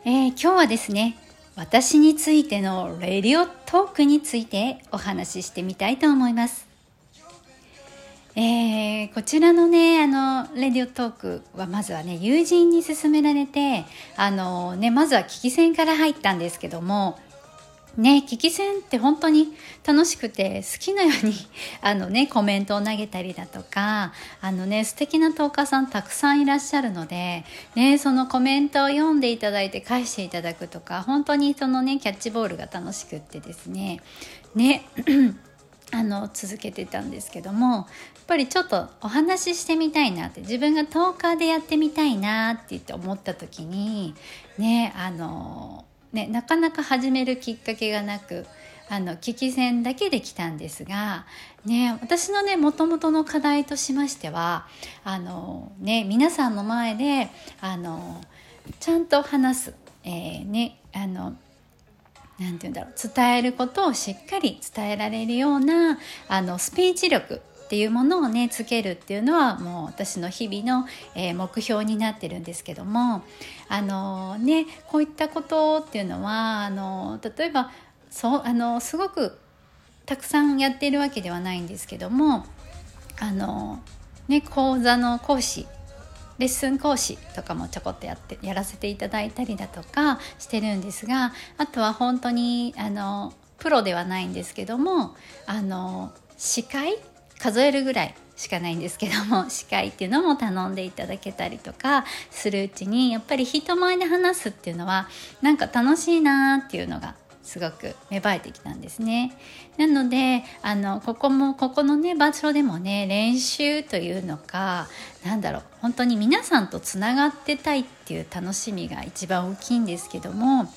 今日はですね、私についてのレディオトークについてお話ししてみたいと思います。こちらのね、レディオトークはまずはね、友人に勧められて、まずは聞き戦から入ったんですけども、ね、聞き戦って本当に楽しくて好きなようにコメントを投げたりだとか素敵なトーカーさんたくさんいらっしゃるので、ね、そのコメントを読んでいただいて返していただくとか、本当にそのねキャッチボールが楽しくってですね続けてたんですけども、やっぱりちょっとお話ししてみたいなって、自分がトーカーでやってみたいなって言って思った時になかなか始めるきっかけがなく聞き戦だけで来たんですが、私のもともとの課題としましては皆さんの前でちゃんと話す、なんていうんだろう、伝えることをしっかり伝えられるようなスピーチ力っていうものをつけるっていうのはもう私の日々の、目標になってるんですけども、こういったことっていうのは例えばすごくたくさんやっているわけではないんですけども講座の講師、レッスン講師とかもちょこっとやらせていただいたりだとかしてるんですが、あとは本当にプロではないんですけども司会数えるぐらいしかないんですけども、司会っていうのも頼んでいただけたりとかするうちに、やっぱり人前で話すっていうのはなんか楽しいなっていうのがすごく芽生えてきたんですね。なのでここの場所でも練習というのか、本当に皆さんとつながってたいっていう楽しみが一番大きいんですけども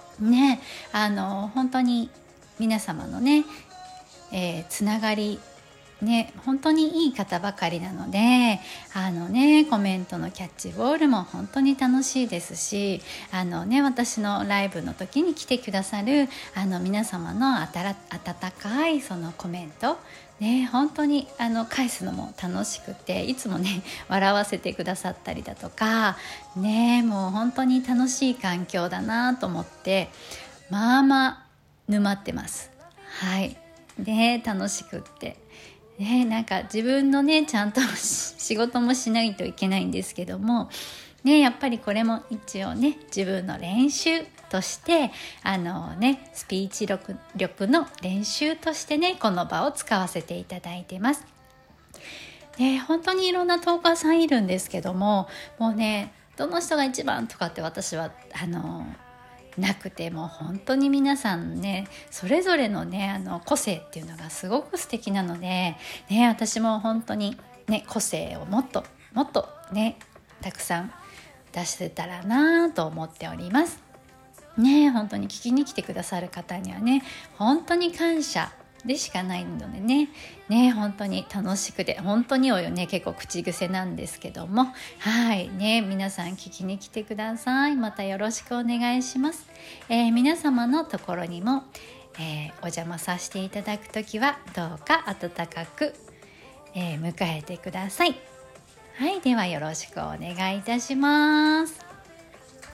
本当に皆様のつながり本当にいい方ばかりなのでコメントのキャッチボールも本当に楽しいですし私のライブの時に来てくださる皆様の温かいそのコメント本当に返すのも楽しくて、いつも笑わせてくださったりだとかもう本当に楽しい環境だなと思って沼ってます。はい楽しくって自分のちゃんと仕事もしないといけないんですけどもやっぱりこれも一応自分の練習としてスピーチ力の練習としてこの場を使わせていただいてます。本当にいろんなトーカーさんいるんですけども、もうどの人が一番とかって私はなくて、もう本当に皆さんそれぞれの個性っていうのがすごく素敵なので私も本当に個性をもっともっとたくさん出せたらなと思っております。本当に聞きに来てくださる方には本当に感謝でしかないので本当に楽しくて、本当に結構口癖なんですけども、皆さん聞きに来てください。またよろしくお願いします。皆様のところにも、お邪魔させていただくときはどうか温かく、迎えてください。ではよろしくお願いいたします。